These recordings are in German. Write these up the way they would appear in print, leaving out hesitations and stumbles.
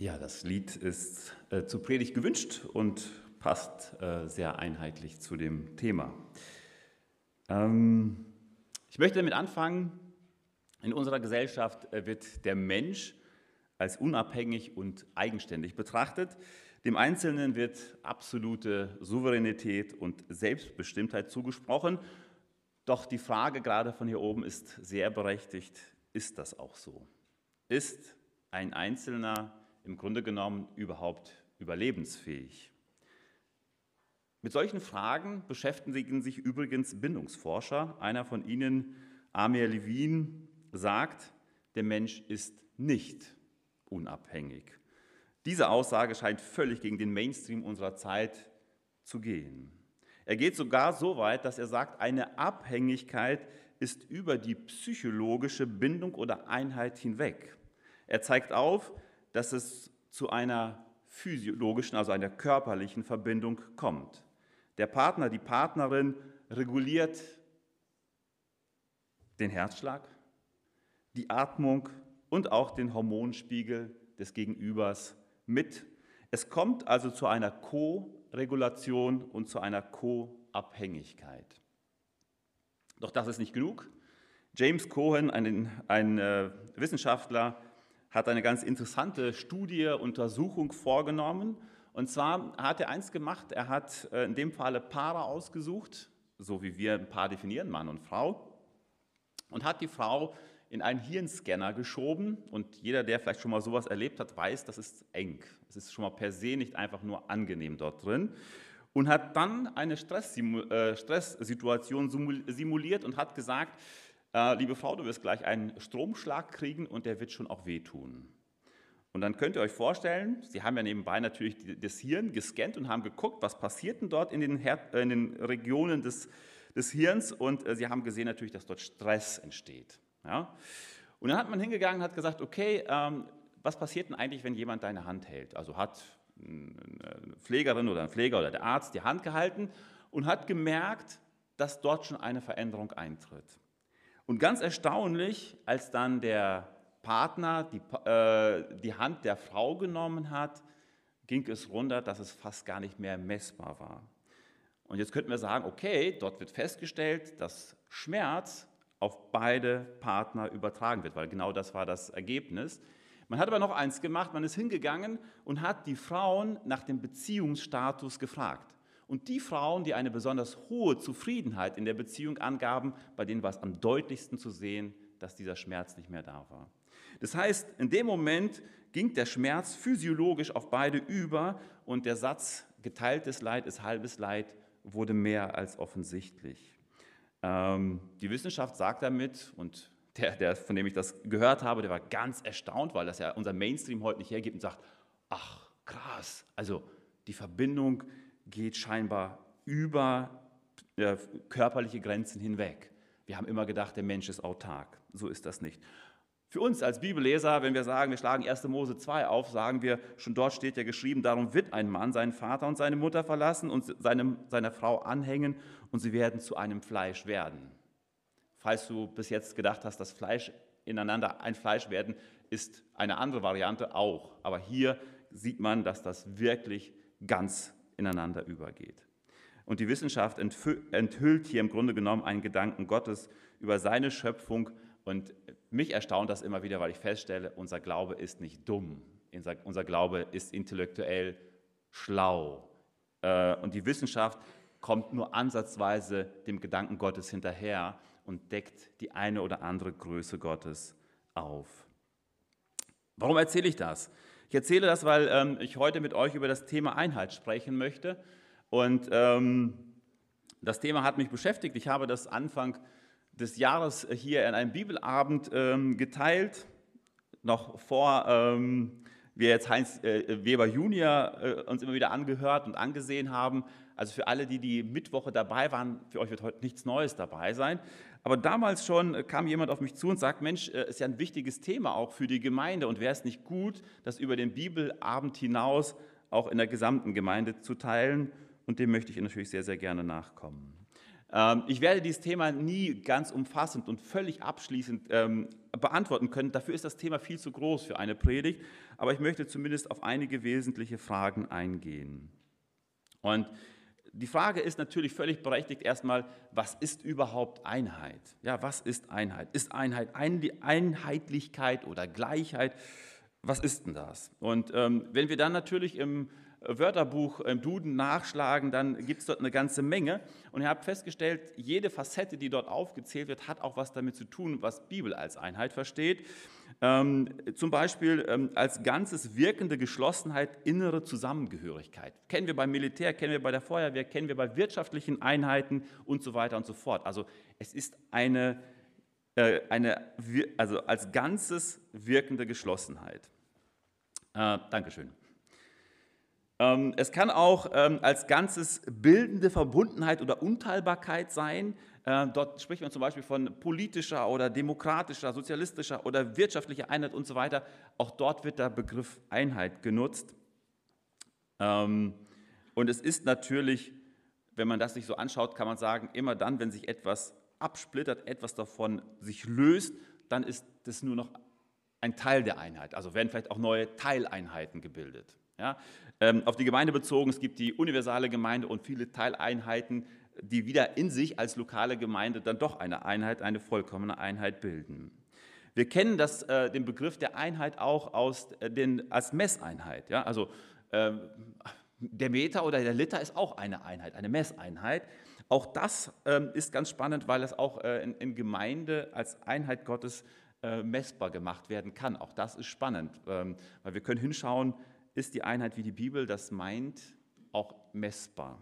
Ja, das Lied ist zur Predigt gewünscht und passt sehr einheitlich zu dem Thema. Ähm, Ich möchte damit anfangen, in unserer Gesellschaft wird der Mensch als unabhängig und eigenständig betrachtet. Dem Einzelnen wird absolute Souveränität und Selbstbestimmtheit zugesprochen. Doch die Frage gerade von hier oben ist sehr berechtigt, ist das auch so? Ist ein Einzelner im Grunde genommen überhaupt überlebensfähig? Mit solchen Fragen beschäftigen sich übrigens Bindungsforscher. Einer von ihnen, Amir Levine, sagt, der Mensch ist nicht unabhängig. Diese Aussage scheint völlig gegen den Mainstream unserer Zeit zu gehen. Er geht sogar so weit, dass er sagt, eine Abhängigkeit ist über die psychologische Bindung oder Einheit hinweg. Er zeigt auf, dass es zu einer physiologischen, also einer körperlichen Verbindung kommt. Der Partner, die Partnerin reguliert den Herzschlag, die Atmung und auch den Hormonspiegel des Gegenübers mit. Es kommt also zu einer Co-Regulation und zu einer Co-Abhängigkeit. Doch das ist nicht genug. James Cohen, ein Wissenschaftler, hat eine ganz interessante Studie, Untersuchung vorgenommen. Und zwar hat er eins gemacht, er hat in dem Falle Paare ausgesucht, so wie wir ein Paar definieren, Mann und Frau, und hat die Frau in einen Hirnscanner geschoben. Und jeder, der vielleicht schon mal sowas erlebt hat, weiß, das ist eng. Es ist schon mal per se nicht einfach nur angenehm dort drin. Und hat dann eine Stresssituation simuliert und hat gesagt, liebe Frau, du wirst gleich einen Stromschlag kriegen und der wird schon auch wehtun. Und dann könnt ihr euch vorstellen, sie haben ja nebenbei natürlich das Hirn gescannt und haben geguckt, was passiert denn dort in den Regionen des Hirns, und sie haben gesehen natürlich, dass dort Stress entsteht. Ja? Und dann hat man hingegangen und hat gesagt, okay, was passiert denn eigentlich, wenn jemand deine Hand hält? Also hat eine Pflegerin oder ein Pfleger oder der Arzt die Hand gehalten und hat gemerkt, dass dort schon eine Veränderung eintritt. Und ganz erstaunlich, als dann der Partner die Hand der Frau genommen hat, ging es runter, dass es fast gar nicht mehr messbar war. Und jetzt könnten wir sagen, okay, dort wird festgestellt, dass Schmerz auf beide Partner übertragen wird, weil genau das war das Ergebnis. Man hat aber noch eins gemacht, man ist hingegangen und hat die Frauen nach dem Beziehungsstatus gefragt. Und die Frauen, die eine besonders hohe Zufriedenheit in der Beziehung angaben, bei denen war es am deutlichsten zu sehen, dass dieser Schmerz nicht mehr da war. Das heißt, in dem Moment ging der Schmerz physiologisch auf beide über und der Satz, geteiltes Leid ist halbes Leid, wurde mehr als offensichtlich. Die Wissenschaft sagt damit, und der, von dem ich das gehört habe, der war ganz erstaunt, weil das ja unser Mainstream heute nicht hergibt und sagt, ach krass, also die Verbindung geht scheinbar über körperliche Grenzen hinweg. Wir haben immer gedacht, der Mensch ist autark. So ist das nicht. Für uns als Bibelleser, wenn wir sagen, wir schlagen 1. Mose 2 auf, sagen wir, schon dort steht ja geschrieben, darum wird ein Mann seinen Vater und seine Mutter verlassen und seiner Frau anhängen und sie werden zu einem Fleisch werden. Falls du bis jetzt gedacht hast, dass Fleisch ineinander ein Fleisch werden, ist eine andere Variante auch. Aber hier sieht man, dass das wirklich ganz ineinander übergeht. Und die Wissenschaft enthüllt hier im Grunde genommen einen Gedanken Gottes über seine Schöpfung. Und mich erstaunt das immer wieder, weil ich feststelle, unser Glaube ist nicht dumm. Unser Glaube ist intellektuell schlau. Und die Wissenschaft kommt nur ansatzweise dem Gedanken Gottes hinterher und deckt die eine oder andere Größe Gottes auf. Warum erzähle ich das? Ich erzähle das, weil ich heute mit euch über das Thema Einheit sprechen möchte. Und das Thema hat mich beschäftigt. Ich habe das Anfang des Jahres hier in einem Bibelabend geteilt, noch vor wir jetzt Heinz Weber Junior uns immer wieder angehört und angesehen haben. Also für alle, die Mittwoche dabei waren, für euch wird heute nichts Neues dabei sein. Aber damals schon kam jemand auf mich zu und sagt, Mensch, ist ja ein wichtiges Thema auch für die Gemeinde und wäre es nicht gut, das über den Bibelabend hinaus auch in der gesamten Gemeinde zu teilen? Und dem möchte ich natürlich sehr, sehr gerne nachkommen. Ich werde dieses Thema nie ganz umfassend und völlig abschließend beantworten können. Dafür ist das Thema viel zu groß für eine Predigt. Aber ich möchte zumindest auf einige wesentliche Fragen eingehen. Und die Frage ist natürlich völlig berechtigt erstmal, was ist überhaupt Einheit? Ja, was ist Einheit? Ist Einheit Einheitlichkeit oder Gleichheit? Was ist denn das? Und wenn wir dann natürlich im Wörterbuch, im Duden nachschlagen, dann gibt es dort eine ganze Menge. Und ihr habt festgestellt, jede Facette, die dort aufgezählt wird, hat auch was damit zu tun, was Bibel als Einheit versteht. Zum Beispiel als ganzes wirkende Geschlossenheit, innere Zusammengehörigkeit. Kennen wir beim Militär, kennen wir bei der Feuerwehr, kennen wir bei wirtschaftlichen Einheiten und so weiter und so fort. Also es ist also als ganzes wirkende Geschlossenheit. Dankeschön. Es kann auch als ganzes bildende Verbundenheit oder Unteilbarkeit sein. Dort spricht man zum Beispiel von politischer oder demokratischer, sozialistischer oder wirtschaftlicher Einheit und so weiter. Auch dort wird der Begriff Einheit genutzt. Und es ist natürlich, wenn man das sich so anschaut, kann man sagen, immer dann, wenn sich etwas absplittert, etwas davon sich löst, dann ist das nur noch ein Teil der Einheit. Also werden vielleicht auch neue Teileinheiten gebildet. Ja, auf die Gemeinde bezogen, es gibt die universale Gemeinde und viele Teileinheiten, die wieder in sich als lokale Gemeinde dann doch eine Einheit, eine vollkommene Einheit bilden. Wir kennen den Begriff der Einheit auch als Messeinheit. Ja? Also der Meter oder der Liter ist auch eine Einheit, eine Messeinheit. Auch das ist ganz spannend, weil es auch in Gemeinde als Einheit Gottes messbar gemacht werden kann. Auch das ist spannend, weil wir können hinschauen, ist die Einheit, wie die Bibel das meint, auch messbar.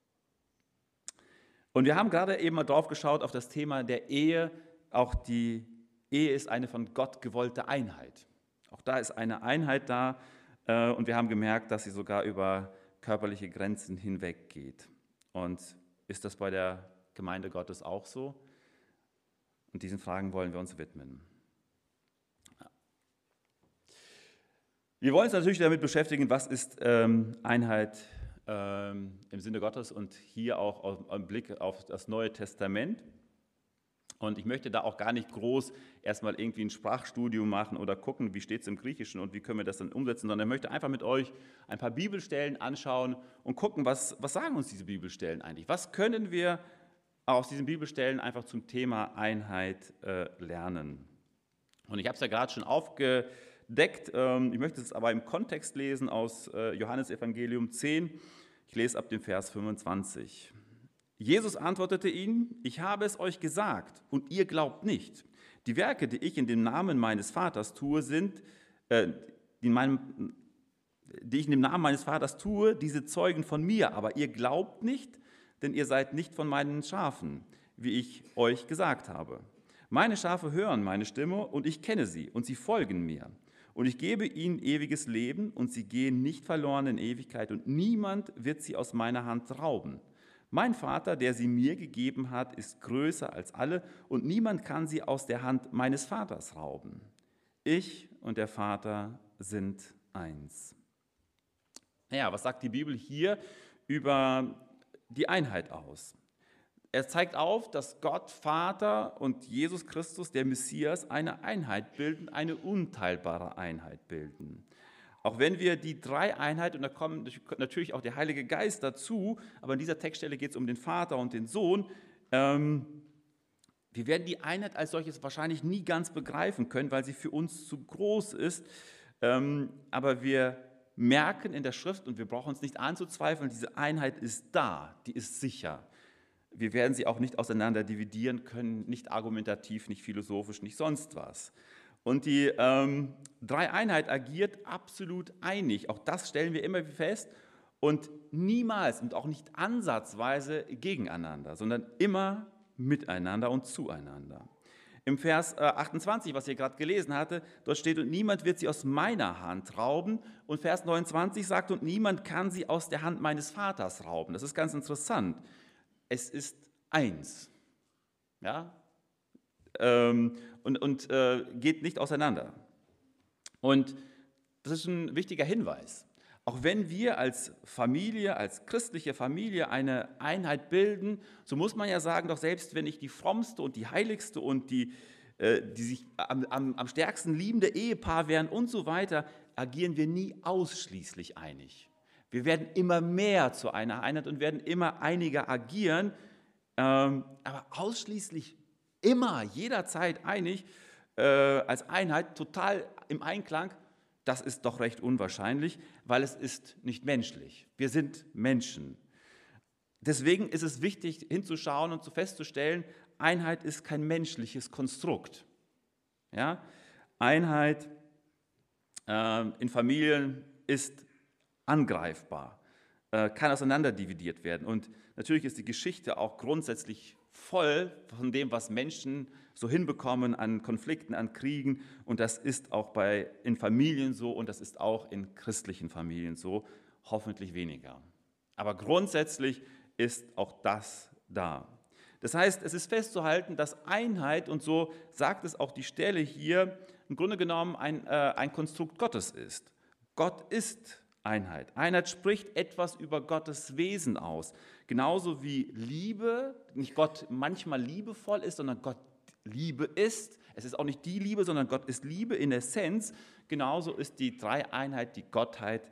Und wir haben gerade eben mal drauf geschaut auf das Thema der Ehe. Auch die Ehe ist eine von Gott gewollte Einheit. Auch da ist eine Einheit da und wir haben gemerkt, dass sie sogar über körperliche Grenzen hinweg geht. Und ist das bei der Gemeinde Gottes auch so? Und diesen Fragen wollen wir uns widmen. Wir wollen uns natürlich damit beschäftigen, was ist Einheit im Sinne Gottes und hier auch im Blick auf das Neue Testament. Und ich möchte da auch gar nicht groß erstmal irgendwie ein Sprachstudium machen oder gucken, wie steht es im Griechischen und wie können wir das dann umsetzen, sondern ich möchte einfach mit euch ein paar Bibelstellen anschauen und gucken, was sagen uns diese Bibelstellen eigentlich? Was können wir aus diesen Bibelstellen einfach zum Thema Einheit lernen? Und ich habe es ja gerade schon aufgedeckt, ich möchte es aber im Kontext lesen aus Johannes Evangelium 10, ich lese ab dem Vers 25. Jesus antwortete ihnen, ich habe es euch gesagt und ihr glaubt nicht. Die Werke, die ich in dem Namen meines Vaters tue, die ich in dem Namen meines Vaters tue, diese zeugen von mir, aber ihr glaubt nicht, denn ihr seid nicht von meinen Schafen, wie ich euch gesagt habe. Meine Schafe hören meine Stimme und ich kenne sie und sie folgen mir. Und ich gebe ihnen ewiges Leben und sie gehen nicht verloren in Ewigkeit und niemand wird sie aus meiner Hand rauben. Mein Vater, der sie mir gegeben hat, ist größer als alle und niemand kann sie aus der Hand meines Vaters rauben. Ich und der Vater sind eins. Naja, was sagt die Bibel hier über die Einheit aus? Er zeigt auf, dass Gott, Vater und Jesus Christus, der Messias, eine Einheit bilden, eine unteilbare Einheit bilden. Auch wenn wir die Dreieinheit, und da kommt natürlich auch der Heilige Geist dazu, aber in dieser Textstelle geht es um den Vater und den Sohn, wir werden die Einheit als solches wahrscheinlich nie ganz begreifen können, weil sie für uns zu groß ist, aber wir merken in der Schrift, und wir brauchen uns nicht anzuzweifeln, diese Einheit ist da, die ist sicher. Wir werden sie auch nicht auseinander dividieren können, nicht argumentativ, nicht philosophisch, nicht sonst was. Und die Dreieinheit agiert absolut einig. Auch das stellen wir immer fest. Und niemals und auch nicht ansatzweise gegeneinander, sondern immer miteinander und zueinander. Im Vers 28, was ihr gerade gelesen hatte, dort steht, und niemand wird sie aus meiner Hand rauben. Und Vers 29 sagt, und niemand kann sie aus der Hand meines Vaters rauben. Das ist ganz interessant. Es ist eins. Ja? Und geht nicht auseinander. Und das ist ein wichtiger Hinweis. Auch wenn wir als Familie, als christliche Familie eine Einheit bilden, so muss man ja sagen, doch selbst wenn ich die frommste und die heiligste und die sich am stärksten liebende Ehepaar wären und so weiter, agieren wir nie ausschließlich einig. Wir werden immer mehr zu einer Einheit und werden immer einiger agieren, aber ausschließlich immer, jederzeit einig, als Einheit, total im Einklang, das ist doch recht unwahrscheinlich, weil es ist nicht menschlich. Wir sind Menschen. Deswegen ist es wichtig, hinzuschauen und festzustellen, Einheit ist kein menschliches Konstrukt. Ja? Einheit in Familien ist angreifbar, kann auseinanderdividiert werden. Und natürlich ist die Geschichte auch grundsätzlich voll von dem, was Menschen so hinbekommen an Konflikten, an Kriegen. Und das ist auch in Familien so und das ist auch in christlichen Familien so, hoffentlich weniger. Aber grundsätzlich ist auch das da. Das heißt, es ist festzuhalten, dass Einheit, und so sagt es auch die Stelle hier, im Grunde genommen ein Konstrukt Gottes ist. Gott ist Einheit. Einheit spricht etwas über Gottes Wesen aus. Genauso wie Liebe, nicht Gott manchmal liebevoll ist, sondern Gott Liebe ist. Es ist auch nicht die Liebe, sondern Gott ist Liebe in Essenz. Genauso ist die Dreieinheit, die Gottheit,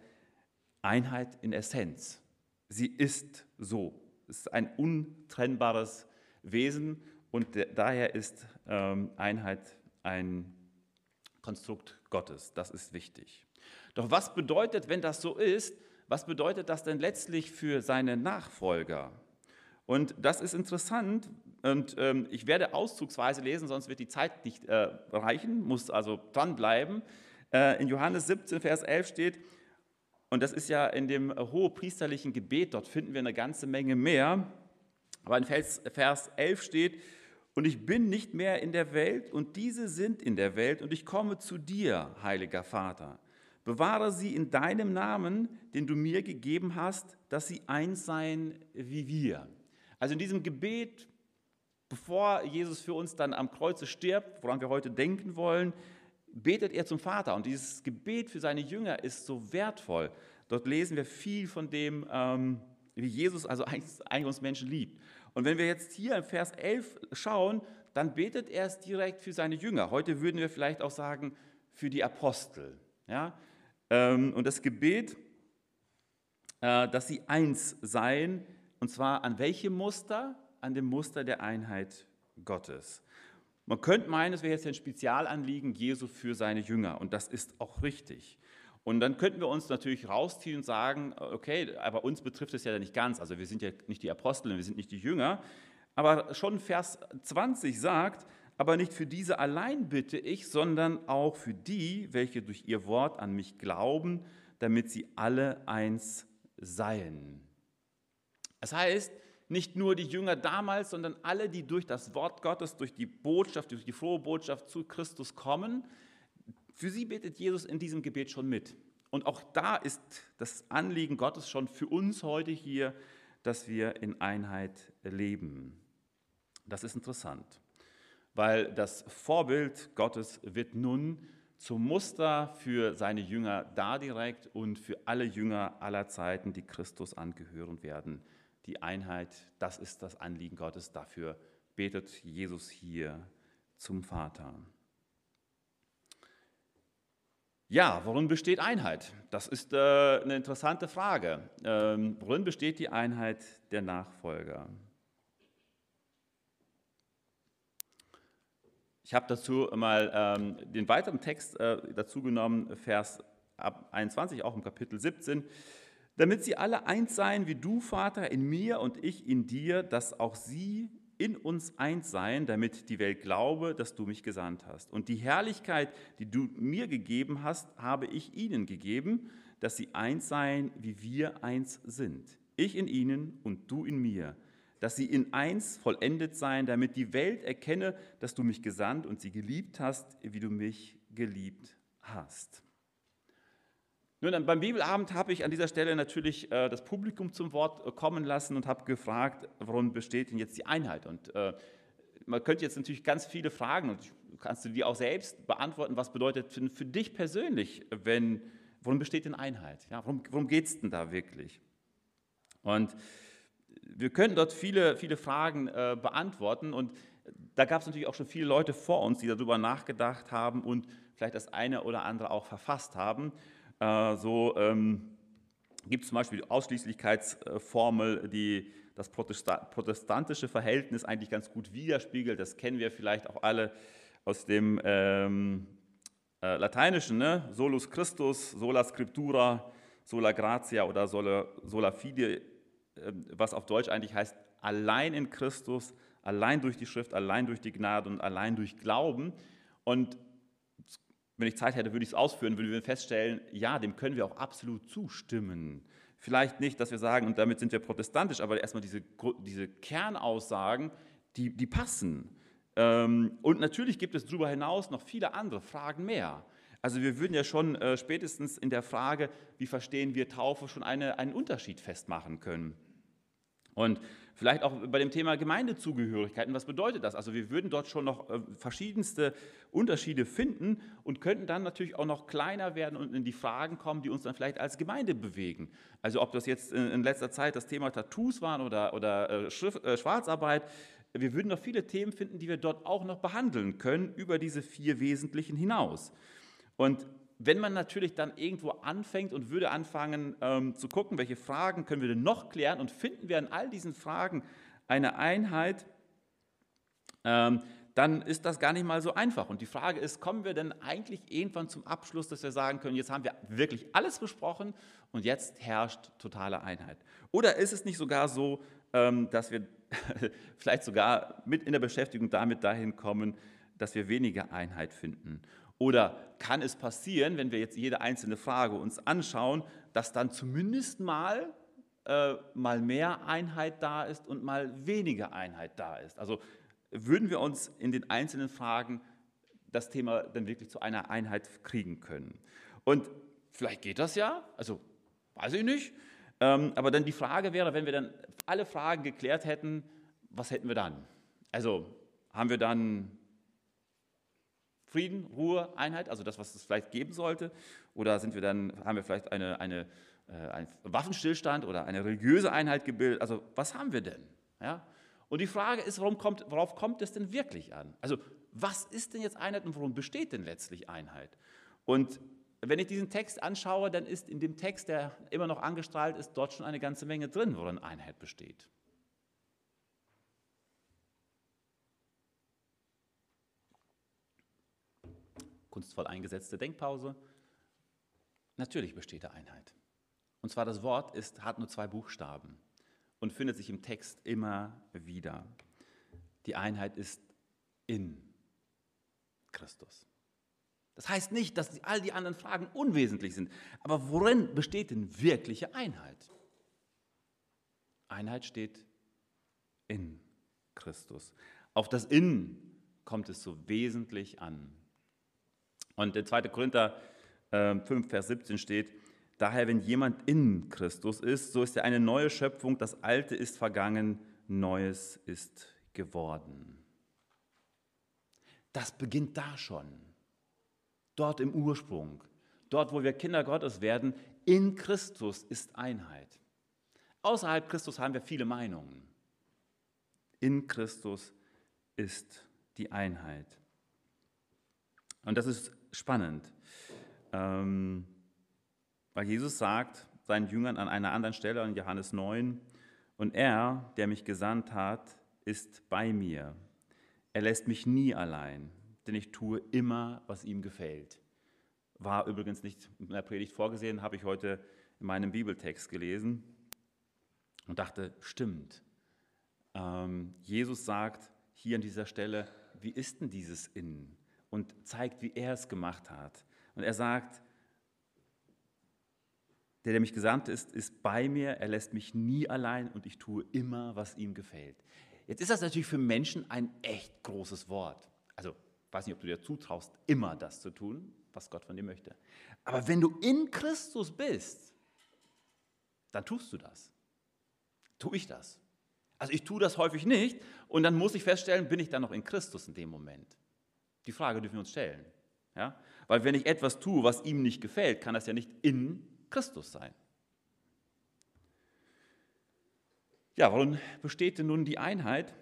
Einheit in Essenz. Sie ist so. Es ist ein untrennbares Wesen und daher ist Einheit ein Konstrukt Gottes. Das ist wichtig. Doch was bedeutet, wenn das so ist, was bedeutet das denn letztlich für seine Nachfolger? Und das ist interessant und ich werde auszugsweise lesen, sonst wird die Zeit nicht reichen, muss also dranbleiben. In Johannes 17, Vers 11 steht, und das ist ja in dem hohepriesterlichen Gebet, dort finden wir eine ganze Menge mehr, aber in Vers 11 steht, und ich bin nicht mehr in der Welt und diese sind in der Welt und ich komme zu dir, heiliger Vater. Bewahre sie in deinem Namen, den du mir gegeben hast, dass sie eins seien wie wir. Also in diesem Gebet, bevor Jesus für uns dann am Kreuze stirbt, woran wir heute denken wollen, betet er zum Vater. Und dieses Gebet für seine Jünger ist so wertvoll. Dort lesen wir viel von dem, wie Jesus also eigentlich uns Menschen liebt. Und wenn wir jetzt hier in Vers 11 schauen, dann betet er es direkt für seine Jünger. Heute würden wir vielleicht auch sagen, für die Apostel. Ja? Und das Gebet, dass sie eins seien, und zwar an welchem Muster? An dem Muster der Einheit Gottes. Man könnte meinen, es wäre jetzt ein Spezialanliegen Jesu für seine Jünger, und das ist auch richtig. Und dann könnten wir uns natürlich rausziehen und sagen, okay, aber uns betrifft es ja nicht ganz, also wir sind ja nicht die Apostel, wir sind nicht die Jünger, aber schon Vers 20 sagt, aber nicht für diese allein bitte ich, sondern auch für die, welche durch ihr Wort an mich glauben, damit sie alle eins seien. Das heißt, nicht nur die Jünger damals, sondern alle, die durch das Wort Gottes, durch die Botschaft, durch die frohe Botschaft zu Christus kommen, für sie betet Jesus in diesem Gebet schon mit. Und auch da ist das Anliegen Gottes schon für uns heute hier, dass wir in Einheit leben. Das ist interessant, weil das Vorbild Gottes wird nun zum Muster für seine Jünger da direkt und für alle Jünger aller Zeiten, die Christus angehören werden. Die Einheit, das ist das Anliegen Gottes, dafür betet Jesus hier zum Vater. Ja, worin besteht Einheit? Das ist eine interessante Frage. Worin besteht die Einheit der Nachfolger? Ich habe dazu mal den weiteren Text dazu genommen, Vers 21, auch im Kapitel 17. Damit sie alle eins seien wie du, Vater, in mir und ich in dir, dass auch sie in uns eins seien, damit die Welt glaube, dass du mich gesandt hast. Und die Herrlichkeit, die du mir gegeben hast, habe ich ihnen gegeben, dass sie eins seien, wie wir eins sind. Ich in ihnen und du in mir, dass sie in eins vollendet seien, damit die Welt erkenne, dass du mich gesandt und sie geliebt hast, wie du mich geliebt hast. Nun, beim Bibelabend habe ich an dieser Stelle natürlich das Publikum zum Wort kommen lassen und habe gefragt, worin besteht denn jetzt die Einheit? Und man könnte jetzt natürlich ganz viele Fragen, und kannst du die auch selbst beantworten, was bedeutet für dich persönlich, wenn worin besteht denn Einheit? Ja, worum geht es denn da wirklich? Und wir können dort viele, viele Fragen beantworten und da gab es natürlich auch schon viele Leute vor uns, die darüber nachgedacht haben und vielleicht das eine oder andere auch verfasst haben. Gibt es zum Beispiel die Ausschließlichkeitsformel, die das protestantische Verhältnis eigentlich ganz gut widerspiegelt. Das kennen wir vielleicht auch alle aus dem Lateinischen, ne? Solus Christus, sola scriptura, sola gratia oder sola fide, was auf Deutsch eigentlich heißt, allein in Christus, allein durch die Schrift, allein durch die Gnade und allein durch Glauben. Und wenn ich Zeit hätte, würde ich es ausführen, würden wir feststellen, ja, dem können wir auch absolut zustimmen. Vielleicht nicht, dass wir sagen, und damit sind wir protestantisch, aber erstmal diese Kernaussagen, die passen. Und natürlich gibt es darüber hinaus noch viele andere Fragen mehr. Also wir würden ja schon spätestens in der Frage, wie verstehen wir Taufe, schon einen Unterschied festmachen können. Und vielleicht auch bei dem Thema Gemeindezugehörigkeiten, was bedeutet das? Also wir würden dort schon noch verschiedenste Unterschiede finden und könnten dann natürlich auch noch kleiner werden und in die Fragen kommen, die uns dann vielleicht als Gemeinde bewegen. Also ob das jetzt in letzter Zeit das Thema Tattoos waren oder Schwarzarbeit, wir würden noch viele Themen finden, die wir dort auch noch behandeln können, über diese 4 Wesentlichen hinaus. Und wenn man natürlich dann irgendwo anfängt und würde anfangen zu gucken, welche Fragen können wir denn noch klären und finden wir an all diesen Fragen eine Einheit, dann ist das gar nicht mal so einfach. Und die Frage ist, kommen wir denn eigentlich irgendwann zum Abschluss, dass wir sagen können, jetzt haben wir wirklich alles besprochen und jetzt herrscht totale Einheit? Oder ist es nicht sogar so, dass wir vielleicht sogar mit in der Beschäftigung damit dahin kommen, dass wir weniger Einheit finden? Oder kann es passieren, wenn wir jetzt jede einzelne Frage uns anschauen, dass dann zumindest mal mehr Einheit da ist und mal weniger Einheit da ist? Also würden wir uns in den einzelnen Fragen das Thema dann wirklich zu einer Einheit kriegen können? Und vielleicht geht das ja, also weiß ich nicht, aber dann die Frage wäre, wenn wir dann alle Fragen geklärt hätten, was hätten wir dann? Also haben wir dann Frieden, Ruhe, Einheit, also das, was es vielleicht geben sollte? Oder haben wir vielleicht einen Waffenstillstand oder eine religiöse Einheit gebildet? Also was haben wir denn? Ja? Und die Frage ist, worauf kommt es denn wirklich an? Also was ist denn jetzt Einheit und worum besteht denn letztlich Einheit? Und wenn ich diesen Text anschaue, dann ist in dem Text, der immer noch angestrahlt ist, dort schon eine ganze Menge drin, worin Einheit besteht. Kunstvoll eingesetzte Denkpause. Natürlich besteht da Einheit. Und zwar das Wort hat nur 2 Buchstaben und findet sich im Text immer wieder. Die Einheit ist in Christus. Das heißt nicht, dass all die anderen Fragen unwesentlich sind, aber worin besteht denn wirkliche Einheit? Einheit steht in Christus. Auf das In kommt es so wesentlich an. Und in 2. Korinther 5, Vers 17 steht, daher, wenn jemand in Christus ist, so ist er eine neue Schöpfung, das Alte ist vergangen, Neues ist geworden. Das beginnt da schon, dort im Ursprung, dort, wo wir Kinder Gottes werden, in Christus ist Einheit. Außerhalb Christus haben wir viele Meinungen. In Christus ist die Einheit. Und das ist spannend, weil Jesus sagt seinen Jüngern an einer anderen Stelle, in Johannes 9, und er, der mich gesandt hat, ist bei mir. Er lässt mich nie allein, denn ich tue immer, was ihm gefällt. War übrigens nicht in der Predigt vorgesehen, habe ich heute in meinem Bibeltext gelesen und dachte, stimmt. Jesus sagt hier an dieser Stelle, wie ist denn dieses Innen? Und zeigt, wie er es gemacht hat. Und er sagt, der mich gesandt ist bei mir, er lässt mich nie allein und ich tue immer, was ihm gefällt. Jetzt ist das natürlich für Menschen ein echt großes Wort. Also, ich weiß nicht, ob du dir zutraust, immer das zu tun, was Gott von dir möchte. Aber wenn du in Christus bist, dann tust du das. Tue ich das? Also ich tue das häufig nicht und dann muss ich feststellen, bin ich dann noch in Christus in dem Moment? Die Frage dürfen wir uns stellen. Ja? Weil wenn ich etwas tue, was ihm nicht gefällt, kann das ja nicht in Christus sein. Ja, warum besteht denn nun die Einheit?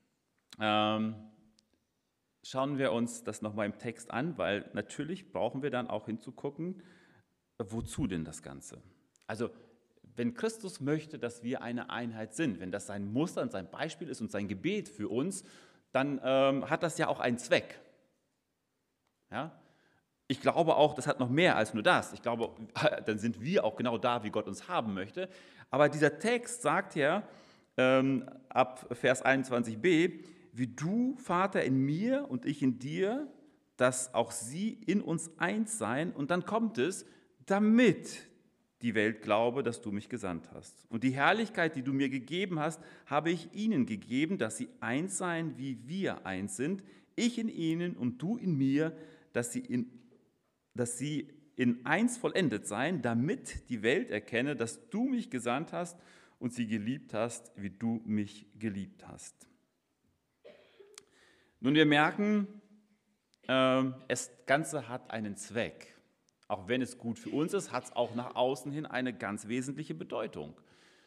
Schauen wir uns das nochmal im Text an, weil natürlich brauchen wir dann auch hinzugucken, wozu denn das Ganze? Also, wenn Christus möchte, dass wir eine Einheit sind, wenn das sein Muster und sein Beispiel ist und sein Gebet für uns, dann hat das ja auch einen Zweck. Ja? Ich glaube auch, das hat noch mehr als nur das. Ich glaube, dann sind wir auch genau da, wie Gott uns haben möchte. Aber dieser Text sagt ja ab Vers 21b, wie du, Vater, in mir und ich in dir, dass auch sie in uns eins seien. Und dann kommt es, damit die Welt glaube, dass du mich gesandt hast. Und die Herrlichkeit, die du mir gegeben hast, habe ich ihnen gegeben, dass sie eins seien, wie wir eins sind. Ich in ihnen und du in mir, dass sie in eins vollendet seien, damit die Welt erkenne, dass du mich gesandt hast und sie geliebt hast, wie du mich geliebt hast. Nun, wir merken, das Ganze hat einen Zweck. Auch wenn es gut für uns ist, hat es auch nach außen hin eine ganz wesentliche Bedeutung.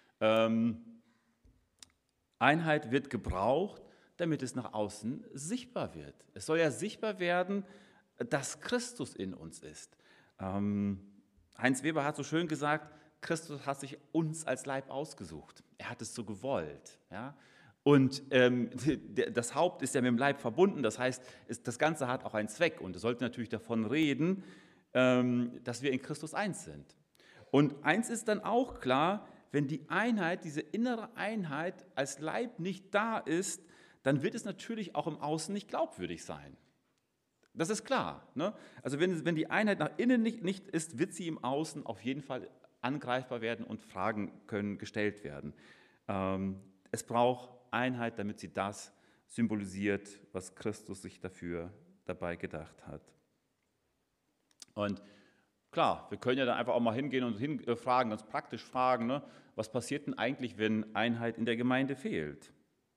Einheit wird gebraucht, damit es nach außen sichtbar wird. Es soll ja sichtbar werden, dass Christus in uns ist. Heinz Weber hat so schön gesagt, Christus hat sich uns als Leib ausgesucht. Er hat es so gewollt. Ja? Und das Haupt ist ja mit dem Leib verbunden, das heißt, das Ganze hat auch einen Zweck und es sollte natürlich davon reden, dass wir in Christus eins sind. Und eins ist dann auch klar, wenn die Einheit, diese innere Einheit als Leib nicht da ist, dann wird es natürlich auch im Außen nicht glaubwürdig sein. Das ist klar. Ne? Also wenn die Einheit nach innen nicht ist, wird sie im Außen auf jeden Fall angreifbar werden und Fragen können gestellt werden. Es braucht Einheit, damit sie das symbolisiert, was Christus sich dabei gedacht hat. Und klar, wir können ja dann einfach auch mal hingehen und fragen, ganz praktisch fragen, ne, was passiert denn eigentlich, wenn Einheit in der Gemeinde fehlt?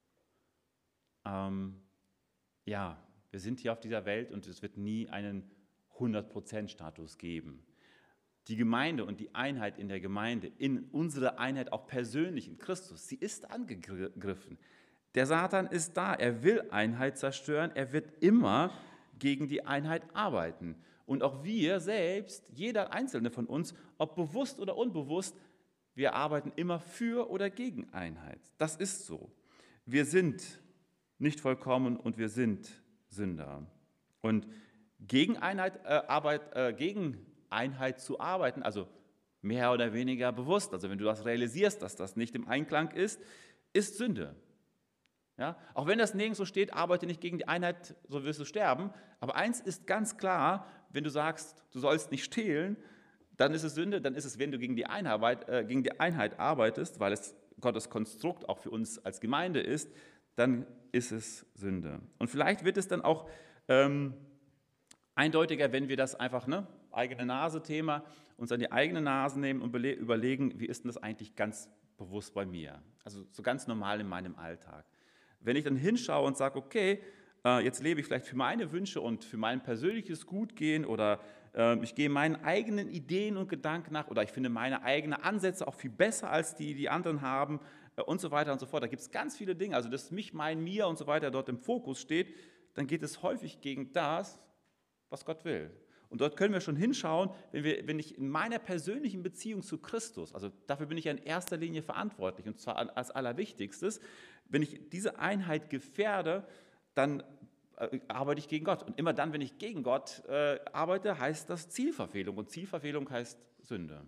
Ja, wir sind hier auf dieser Welt und es wird nie einen 100%-Status geben. Die Gemeinde und die Einheit in der Gemeinde, in unsere Einheit auch persönlich in Christus, sie ist angegriffen. Der Satan ist da, er will Einheit zerstören, er wird immer gegen die Einheit arbeiten. Und auch wir selbst, jeder Einzelne von uns, ob bewusst oder unbewusst, wir arbeiten immer für oder gegen Einheit. Das ist so. Wir sind nicht vollkommen und wir sind Sünder. Und gegen Einheit zu arbeiten, also mehr oder weniger bewusst, also wenn du das realisierst, dass das nicht im Einklang ist Sünde. Ja? Auch wenn das nirgends so steht, arbeite nicht gegen die Einheit, so wirst du sterben. Aber eins ist ganz klar, wenn du sagst, du sollst nicht stehlen, dann ist es Sünde, dann ist es, wenn du gegen die Einheit arbeitest, weil es Gottes Konstrukt auch für uns als Gemeinde ist, dann ist es Sünde. Und vielleicht wird es dann auch eindeutiger, wenn wir das einfach, eigene Nase-Thema, uns an die eigene Nase nehmen und überlegen, wie ist denn das eigentlich ganz bewusst bei mir? Also so ganz normal in meinem Alltag. Wenn ich dann hinschaue und sage, okay, jetzt lebe ich vielleicht für meine Wünsche und für mein persönliches Gutgehen oder ich gehe meinen eigenen Ideen und Gedanken nach oder ich finde meine eigenen Ansätze auch viel besser als die anderen haben und so weiter und so fort. Da gibt es ganz viele Dinge, also dass mich, mir und so weiter dort im Fokus steht, dann geht es häufig gegen das, was Gott will. Und dort können wir schon hinschauen, wenn ich in meiner persönlichen Beziehung zu Christus, also dafür bin ich ja in erster Linie verantwortlich und zwar als Allerwichtigstes, wenn ich diese Einheit gefährde, dann arbeite ich gegen Gott. Und immer dann, wenn ich gegen Gott arbeite, heißt das Zielverfehlung. Und Zielverfehlung heißt Sünde.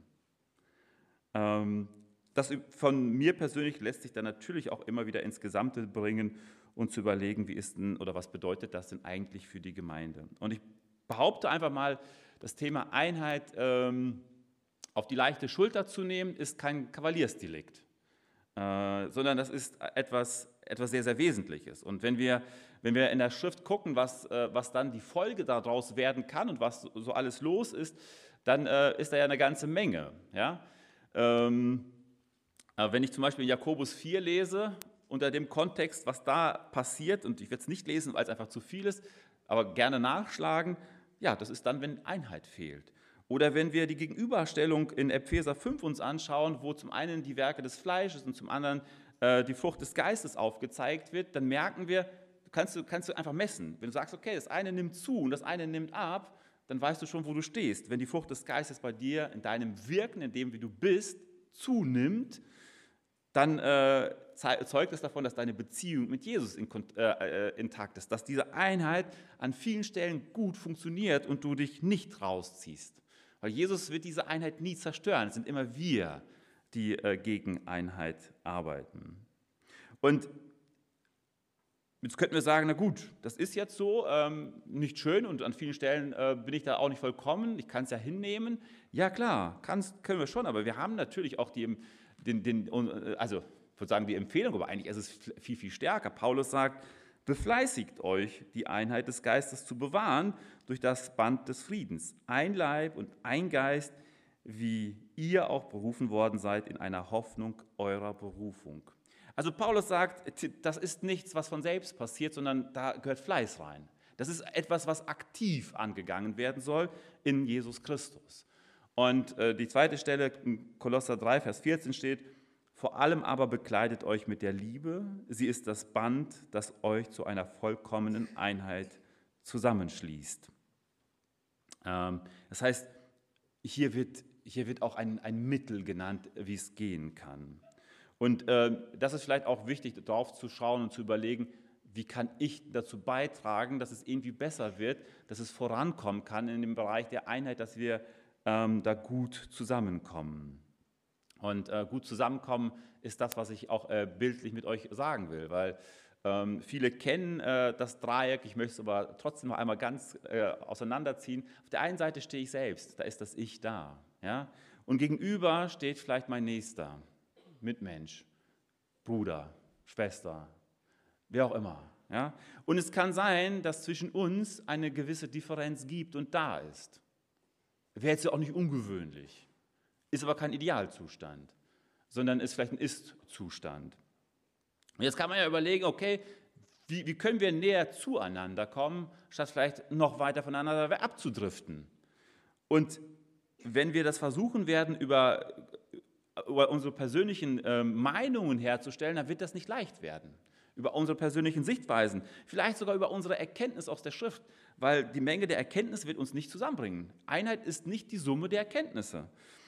Das von mir persönlich lässt sich dann natürlich auch immer wieder ins Gesamte bringen und zu überlegen, wie ist denn oder was bedeutet das denn eigentlich für die Gemeinde. Und ich behaupte einfach mal, das Thema Einheit auf die leichte Schulter zu nehmen, ist kein Kavaliersdelikt, sondern das ist etwas sehr, sehr Wesentliches. Und wenn wir in der Schrift gucken, was dann die Folge daraus werden kann und was so alles los ist, dann ist da ja eine ganze Menge. Ja? Wenn ich zum Beispiel in Jakobus 4 lese, unter dem Kontext, was da passiert, und ich werde es nicht lesen, weil es einfach zu viel ist, aber gerne nachschlagen, Ja, das ist dann, wenn Einheit fehlt. Oder wenn wir die Gegenüberstellung in Epheser 5 uns anschauen, wo zum einen die Werke des Fleisches und zum anderen die Frucht des Geistes aufgezeigt wird, dann merken wir, kannst du einfach messen. Wenn du sagst, okay, das eine nimmt zu und das eine nimmt ab, dann weißt du schon, wo du stehst. Wenn die Frucht des Geistes bei dir in deinem Wirken, in dem, wie du bist, zunimmt, dann zeugt es davon, dass deine Beziehung mit Jesus intakt ist, dass diese Einheit an vielen Stellen gut funktioniert und du dich nicht rausziehst. Weil Jesus wird diese Einheit nie zerstören. Es sind immer wir, die gegen Einheit arbeiten. Und jetzt könnten wir sagen, na gut, das ist jetzt so, nicht schön und an vielen Stellen bin ich da auch nicht vollkommen, ich kann es ja hinnehmen. Ja klar, können wir schon, aber wir haben natürlich auch die Empfehlung, aber eigentlich ist es viel, viel stärker. Paulus sagt, befleißigt euch, die Einheit des Geistes zu bewahren durch das Band des Friedens. Ein Leib und ein Geist, wie ihr auch berufen worden seid in einer Hoffnung eurer Berufung. Also Paulus sagt, das ist nichts, was von selbst passiert, sondern da gehört Fleiß rein. Das ist etwas, was aktiv angegangen werden soll in Jesus Christus. Und die zweite Stelle, in Kolosser 3, Vers 14 steht, vor allem aber bekleidet euch mit der Liebe. Sie ist das Band, das euch zu einer vollkommenen Einheit zusammenschließt. Das heißt, hier wird auch ein Mittel genannt, wie es gehen kann. Und das ist vielleicht auch wichtig, darauf zu schauen und zu überlegen, wie kann ich dazu beitragen, dass es irgendwie besser wird, dass es vorankommen kann in dem Bereich der Einheit, dass wir da gut zusammenkommen. Und gut zusammenkommen ist das, was ich auch bildlich mit euch sagen will, weil viele kennen das Dreieck, ich möchte es aber trotzdem noch einmal ganz auseinanderziehen. Auf der einen Seite stehe ich selbst, da ist das Ich da. Ja? Und gegenüber steht vielleicht mein Nächster, Mitmensch, Bruder, Schwester, wer auch immer. Ja? Und es kann sein, dass zwischen uns eine gewisse Differenz gibt und da ist. Wäre jetzt ja auch nicht ungewöhnlich, ist aber kein Idealzustand, sondern ist vielleicht ein Ist-Zustand. Und jetzt kann man ja überlegen, okay, wie können wir näher zueinander kommen, statt vielleicht noch weiter voneinander abzudriften. Und wenn wir das versuchen werden, über unsere persönlichen Meinungen herzustellen, dann wird das nicht leicht werden. Über unsere persönlichen Sichtweisen, vielleicht sogar über unsere Erkenntnis aus der Schrift, weil die Menge der Erkenntnis wird uns nicht zusammenbringen. Einheit ist nicht die Summe der Erkenntnisse,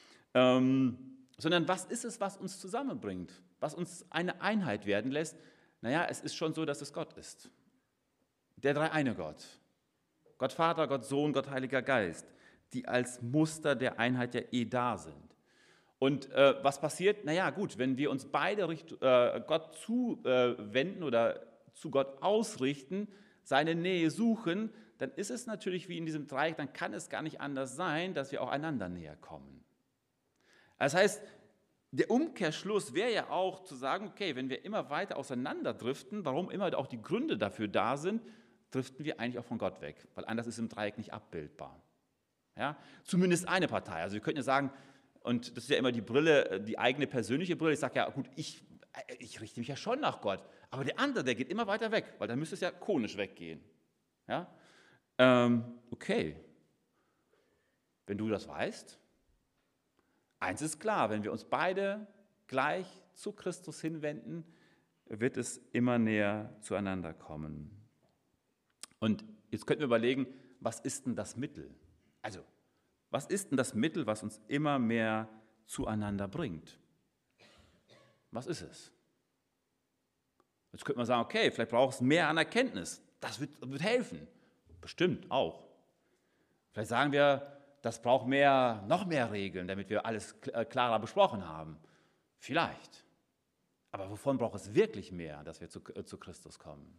sondern was ist es, was uns zusammenbringt, was uns eine Einheit werden lässt? Naja, es ist schon so, dass es Gott ist. Der dreieine Gott. Gott Vater, Gott Sohn, Gott Heiliger Geist, die als Muster der Einheit ja da sind. Und was passiert? Naja, gut, wenn wir uns beide Gott zuwenden oder zu Gott ausrichten, seine Nähe suchen, dann ist es natürlich wie in diesem Dreieck, dann kann es gar nicht anders sein, dass wir auch einander näher kommen. Das heißt, der Umkehrschluss wäre ja auch zu sagen, okay, wenn wir immer weiter auseinanderdriften, warum immer auch die Gründe dafür da sind, driften wir eigentlich auch von Gott weg, weil anders ist im Dreieck nicht abbildbar. Ja? Zumindest eine Partei. Also wir könnten ja sagen, und das ist ja immer die Brille, die eigene persönliche Brille. Ich sage ja, gut, ich richte mich ja schon nach Gott, aber der andere, der geht immer weiter weg, weil dann müsste es ja konisch weggehen. Ja? Okay, wenn du das weißt, eins ist klar, wenn wir uns beide gleich zu Christus hinwenden, wird es immer näher zueinander kommen. Und jetzt könnten wir überlegen, was ist denn das Mittel? Also, was ist denn das Mittel, was uns immer mehr zueinander bringt? Was ist es? Jetzt könnte man sagen, okay, vielleicht braucht es mehr an Erkenntnis. Das wird helfen. Bestimmt auch. Vielleicht sagen wir, das braucht noch mehr Regeln, damit wir alles klarer besprochen haben. Vielleicht. Aber wovon braucht es wirklich mehr, dass wir zu Christus kommen?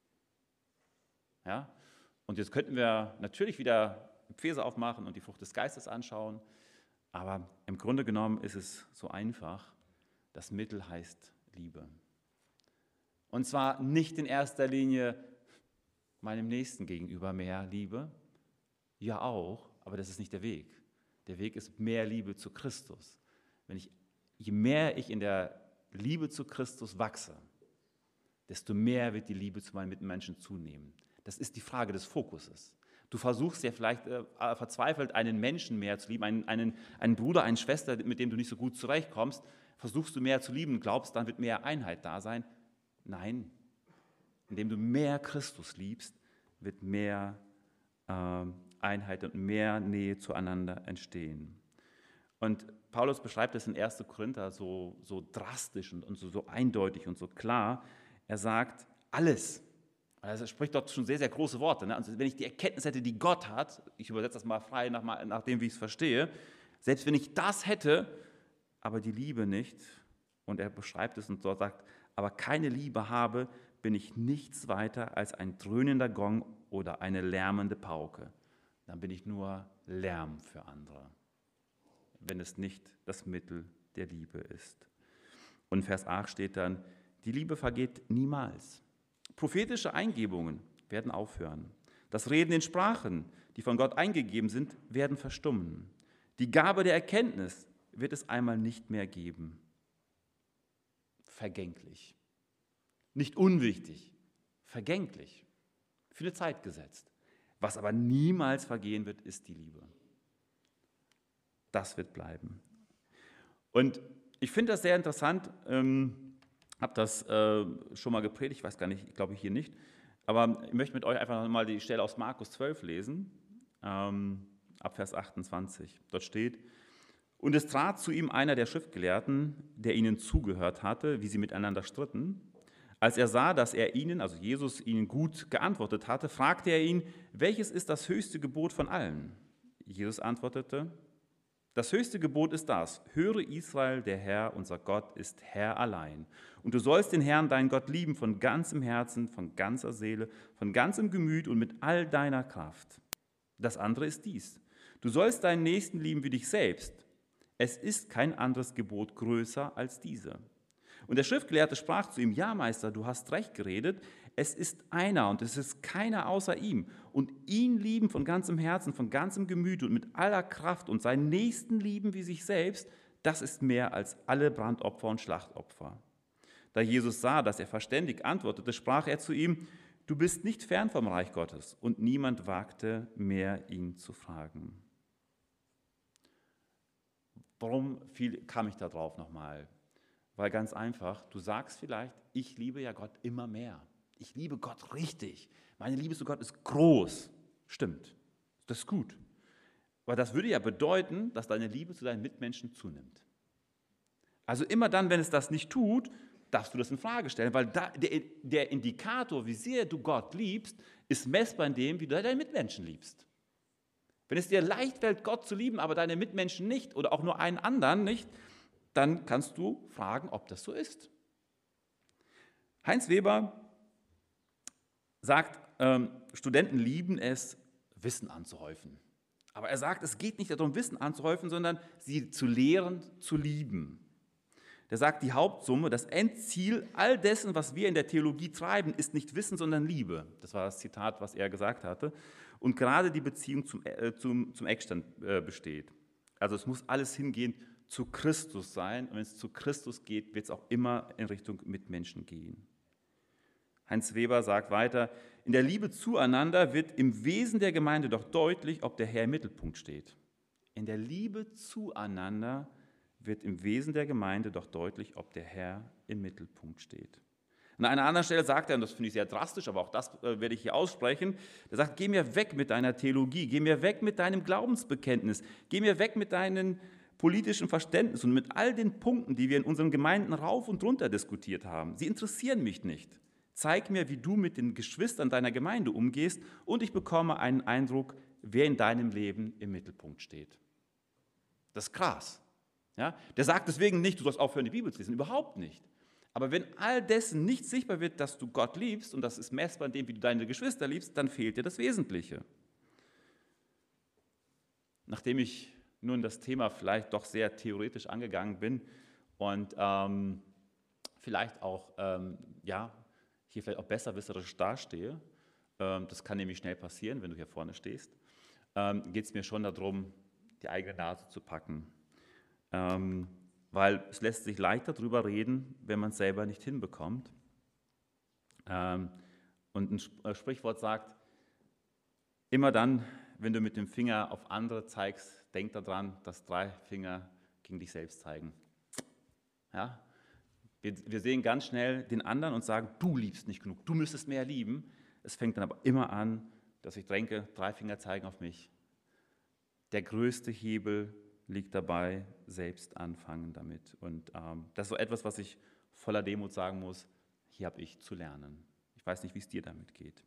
Ja? Und jetzt könnten wir natürlich wieder Epheser aufmachen und die Frucht des Geistes anschauen. Aber im Grunde genommen ist es so einfach. Das Mittel heißt Liebe. Und zwar nicht in erster Linie meinem Nächsten gegenüber mehr Liebe. Ja auch, aber das ist nicht der Weg. Der Weg ist mehr Liebe zu Christus. Je mehr ich in der Liebe zu Christus wachse, desto mehr wird die Liebe zu meinen Mitmenschen zunehmen. Das ist die Frage des Fokuses. Du versuchst ja vielleicht verzweifelt einen Menschen mehr zu lieben, einen Bruder, eine Schwester, mit dem du nicht so gut zurechtkommst, versuchst du mehr zu lieben und glaubst, dann wird mehr Einheit da sein. Nein, indem du mehr Christus liebst, wird mehr Einheit und mehr Nähe zueinander entstehen. Und Paulus beschreibt es in 1. Korinther so drastisch und so eindeutig und so klar. Er sagt, alles. Also er spricht dort schon sehr, sehr große Worte. Ne? Also wenn ich die Erkenntnis hätte, die Gott hat, ich übersetze das mal frei nach dem, wie ich es verstehe, selbst wenn ich das hätte, aber die Liebe nicht, und er beschreibt es und so sagt, aber keine Liebe habe, bin ich nichts weiter als ein dröhnender Gong oder eine lärmende Pauke. Dann bin ich nur Lärm für andere, wenn es nicht das Mittel der Liebe ist. Und in Vers 8 steht dann, die Liebe vergeht niemals. Prophetische Eingebungen werden aufhören. Das Reden in Sprachen, die von Gott eingegeben sind, werden verstummen. Die Gabe der Erkenntnis wird es einmal nicht mehr geben. Vergänglich. Nicht unwichtig, vergänglich. Für eine Zeit gesetzt. Was aber niemals vergehen wird, ist die Liebe. Das wird bleiben. Und ich finde das sehr interessant, habe das schon mal gepredigt, ich weiß gar nicht, ich glaube hier nicht, aber ich möchte mit euch einfach mal die Stelle aus Markus 12 lesen, ab Vers 28. Dort steht, und es trat zu ihm einer der Schriftgelehrten, der ihnen zugehört hatte, wie sie miteinander stritten. Als er sah, dass er ihnen, also Jesus, ihnen gut geantwortet hatte, fragte er ihn, welches ist das höchste Gebot von allen? Jesus antwortete, das höchste Gebot ist das, höre Israel, der Herr, unser Gott, ist Herr allein. Und du sollst den Herrn, deinen Gott, lieben von ganzem Herzen, von ganzer Seele, von ganzem Gemüt und mit all deiner Kraft. Das andere ist dies, du sollst deinen Nächsten lieben wie dich selbst. Es ist kein anderes Gebot größer als diese. Und der Schriftgelehrte sprach zu ihm, ja Meister, du hast recht geredet, es ist einer und es ist keiner außer ihm. Und ihn lieben von ganzem Herzen, von ganzem Gemüt und mit aller Kraft und seinen Nächsten lieben wie sich selbst, das ist mehr als alle Brandopfer und Schlachtopfer. Da Jesus sah, dass er verständig antwortete, sprach er zu ihm, du bist nicht fern vom Reich Gottes. Und niemand wagte mehr, ihn zu fragen. Warum kam ich da drauf nochmal? Weil ganz einfach, du sagst vielleicht, ich liebe ja Gott immer mehr. Ich liebe Gott richtig. Meine Liebe zu Gott ist groß. Stimmt, das ist gut. Aber das würde ja bedeuten, dass deine Liebe zu deinen Mitmenschen zunimmt. Also immer dann, wenn es das nicht tut, darfst du das in Frage stellen, weil der Indikator, wie sehr du Gott liebst, ist messbar in dem, wie du deine Mitmenschen liebst. Wenn es dir leicht fällt, Gott zu lieben, aber deine Mitmenschen nicht oder auch nur einen anderen nicht, dann kannst du fragen, ob das so ist. Heinz Weber sagt, Studenten lieben es, Wissen anzuhäufen. Aber er sagt, es geht nicht darum, Wissen anzuhäufen, sondern sie zu lehren, zu lieben. Der sagt, die Hauptsumme, das Endziel all dessen, was wir in der Theologie treiben, ist nicht Wissen, sondern Liebe. Das war das Zitat, was er gesagt hatte. Und gerade die Beziehung zum Eckstand besteht. Also es muss alles hingehen zu Christus sein. Und wenn es zu Christus geht, wird es auch immer in Richtung Mitmenschen gehen. Heinz Weber sagt weiter, in der Liebe zueinander wird im Wesen der Gemeinde doch deutlich, ob der Herr im Mittelpunkt steht. In der Liebe zueinander wird im Wesen der Gemeinde doch deutlich, ob der Herr im Mittelpunkt steht. An einer anderen Stelle sagt er, und das finde ich sehr drastisch, aber auch das werde ich hier aussprechen, er sagt, geh mir weg mit deiner Theologie, geh mir weg mit deinem Glaubensbekenntnis, geh mir weg mit deinem politischen Verständnis und mit all den Punkten, die wir in unseren Gemeinden rauf und runter diskutiert haben. Sie interessieren mich nicht. Zeig mir, wie du mit den Geschwistern deiner Gemeinde umgehst und ich bekomme einen Eindruck, wer in deinem Leben im Mittelpunkt steht. Das ist krass. Ja? Der sagt deswegen nicht, du sollst aufhören, die Bibel zu lesen, überhaupt nicht. Aber wenn all dessen nicht sichtbar wird, dass du Gott liebst, und das ist messbar in dem, wie du deine Geschwister liebst, dann fehlt dir das Wesentliche. Nachdem ich nun das Thema vielleicht doch sehr theoretisch angegangen bin und vielleicht auch hier vielleicht auch besserwisserisch dastehe, das kann nämlich schnell passieren, wenn du hier vorne stehst, geht es mir schon darum, die eigene Nase zu packen. Weil es lässt sich leichter drüber reden, wenn man es selber nicht hinbekommt. Und ein Sprichwort sagt, Immer dann, wenn du mit dem Finger auf andere zeigst, denk daran, dass 3 Finger gegen dich selbst zeigen. Ja? Wir sehen ganz schnell den anderen und sagen, du liebst nicht genug, du müsstest mehr lieben. Es fängt dann aber immer an, dass ich denke, 3 Finger zeigen auf mich. Der größte Hebel liegt dabei, selbst anfangen damit. Und das ist so etwas, was ich voller Demut sagen muss, hier habe ich zu lernen. Ich weiß nicht, wie es dir damit geht.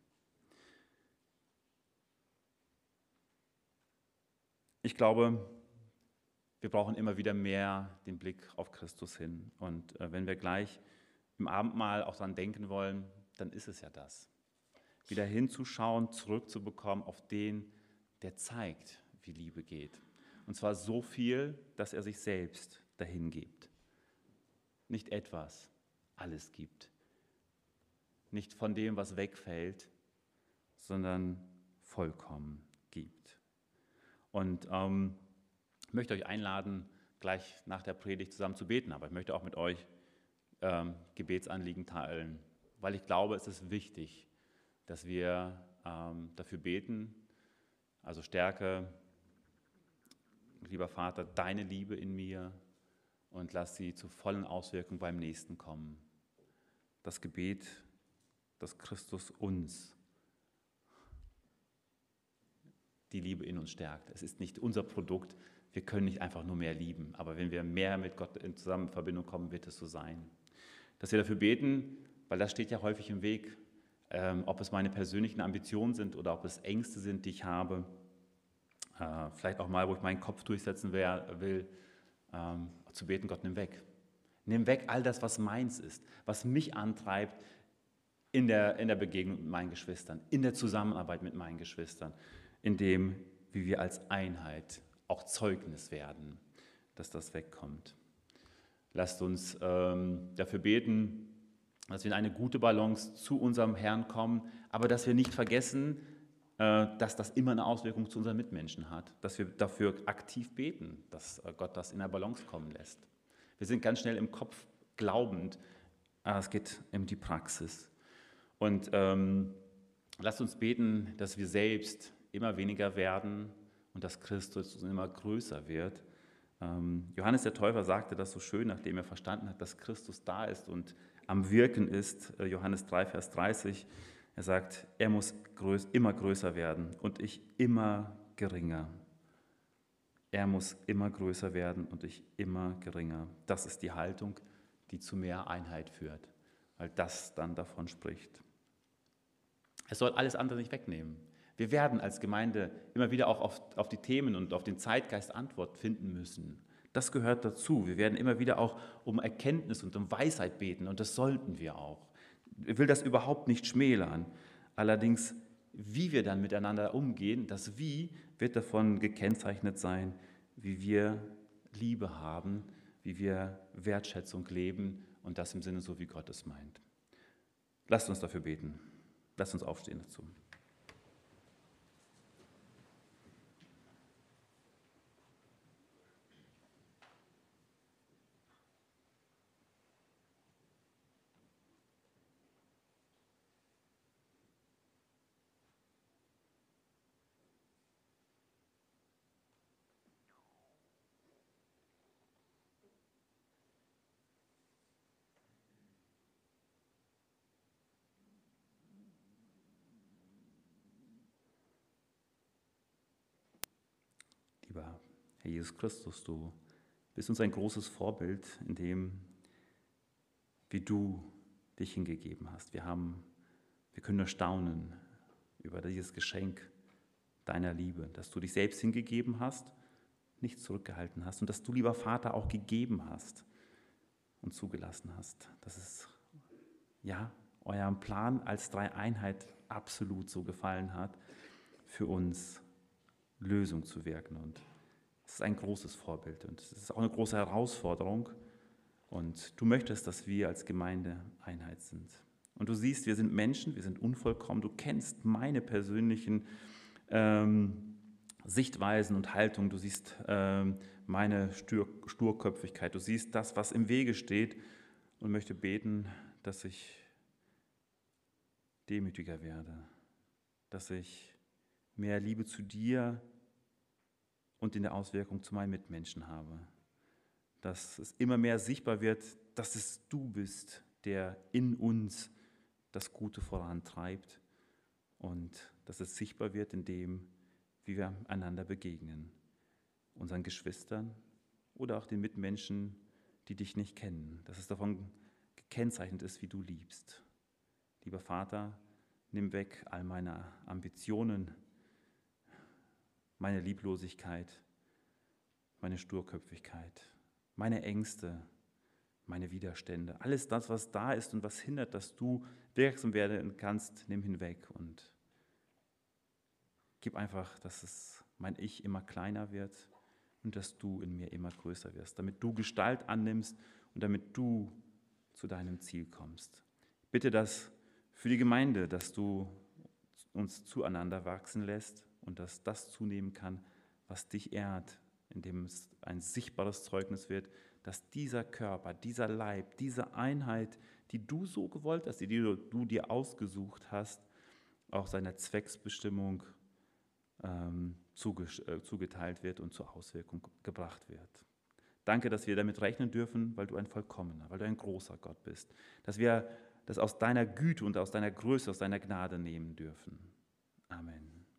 Ich glaube, wir brauchen immer wieder mehr den Blick auf Christus hin. Und wenn wir gleich im Abendmahl auch daran denken wollen, dann ist es ja das. Wieder hinzuschauen, zurückzubekommen auf den, der zeigt, wie Liebe geht. Und zwar so viel, dass er sich selbst dahin gibt. Nicht etwas, alles gibt. Nicht von dem, was wegfällt, sondern vollkommen gibt. Und ich möchte euch einladen, gleich nach der Predigt zusammen zu beten, aber ich möchte auch mit euch Gebetsanliegen teilen, weil ich glaube, es ist wichtig, dass wir dafür beten, also stärke, lieber Vater, deine Liebe in mir und lass sie zu vollen Auswirkungen beim Nächsten kommen. Das Gebet, dass Christus uns die Liebe in uns stärkt. Es ist nicht unser Produkt, wir können nicht einfach nur mehr lieben, aber wenn wir mehr mit Gott in Verbindung kommen, wird es so sein. Dass wir dafür beten, weil das steht ja häufig im Weg, ob es meine persönlichen Ambitionen sind oder ob es Ängste sind, die ich habe, vielleicht auch mal, wo ich meinen Kopf durchsetzen will, zu beten, Gott, nimm weg. Nimm weg all das, was meins ist, was mich antreibt in der Begegnung mit meinen Geschwistern, in der Zusammenarbeit mit meinen Geschwistern, in dem, wie wir als Einheit auch Zeugnis werden, dass das wegkommt. Lasst uns dafür beten, dass wir in eine gute Balance zu unserem Herrn kommen, aber dass wir nicht vergessen, dass das immer eine Auswirkung zu unseren Mitmenschen hat, dass wir dafür aktiv beten, dass Gott das in der Balance kommen lässt. Wir sind ganz schnell im Kopf glaubend, aber es geht um die Praxis. Und lasst uns beten, dass wir selbst immer weniger werden und dass Christus immer größer wird. Johannes der Täufer sagte das so schön, nachdem er verstanden hat, dass Christus da ist und am Wirken ist. Johannes 3, Vers 30. Er sagt, er muss immer größer werden und ich immer geringer. Er muss immer größer werden und ich immer geringer. Das ist die Haltung, die zu mehr Einheit führt, weil das dann davon spricht. Es soll alles andere nicht wegnehmen. Wir werden als Gemeinde immer wieder auch auf die Themen und auf den Zeitgeist Antwort finden müssen. Das gehört dazu. Wir werden immer wieder auch um Erkenntnis und um Weisheit beten und das sollten wir auch. Ich will das überhaupt nicht schmälern. Allerdings, wie wir dann miteinander umgehen, das Wie wird davon gekennzeichnet sein, wie wir Liebe haben, wie wir Wertschätzung leben und das im Sinne so, wie Gott es meint. Lasst uns dafür beten. Lasst uns aufstehen dazu. Lieber Herr Jesus Christus, du bist uns ein großes Vorbild, in dem, wie du dich hingegeben hast. Wir können nur staunen über dieses Geschenk deiner Liebe, dass du dich selbst hingegeben hast, nichts zurückgehalten hast und dass du, lieber Vater, auch gegeben hast und zugelassen hast. Das ist, ja, eurem Plan als Dreieinheit absolut so gefallen hat, für uns Lösung zu wirken. Und es ist ein großes Vorbild und es ist auch eine große Herausforderung. Und du möchtest, dass wir als Gemeinde Einheit sind. Und du siehst, wir sind Menschen, wir sind unvollkommen. Du kennst meine persönlichen Sichtweisen und Haltungen. Du siehst meine Sturköpfigkeit. Du siehst das, was im Wege steht und möchte beten, dass ich demütiger werde, dass ich mehr Liebe zu dir und in der Auswirkung zu meinen Mitmenschen habe. Dass es immer mehr sichtbar wird, dass es du bist, der in uns das Gute vorantreibt und dass es sichtbar wird in dem, wie wir einander begegnen, unseren Geschwistern oder auch den Mitmenschen, die dich nicht kennen, dass es davon gekennzeichnet ist, wie du liebst. Lieber Vater, nimm weg all meine Ambitionen, meine Lieblosigkeit, meine Sturköpfigkeit, meine Ängste, meine Widerstände. Alles das, was da ist und was hindert, dass du wirksam werden kannst, nimm hinweg und gib einfach, dass mein Ich immer kleiner wird und dass du in mir immer größer wirst, damit du Gestalt annimmst und damit du zu deinem Ziel kommst. Bitte das für die Gemeinde, dass du uns zueinander wachsen lässt und dass das zunehmen kann, was dich ehrt, indem es ein sichtbares Zeugnis wird, dass dieser Körper, dieser Leib, diese Einheit, die du so gewollt hast, die du dir ausgesucht hast, auch seiner Zwecksbestimmung zugeteilt wird und zur Auswirkung gebracht wird. Danke, dass wir damit rechnen dürfen, weil du ein vollkommener, weil du ein großer Gott bist, dass wir das aus deiner Güte und aus deiner Größe, aus deiner Gnade nehmen dürfen. Amen.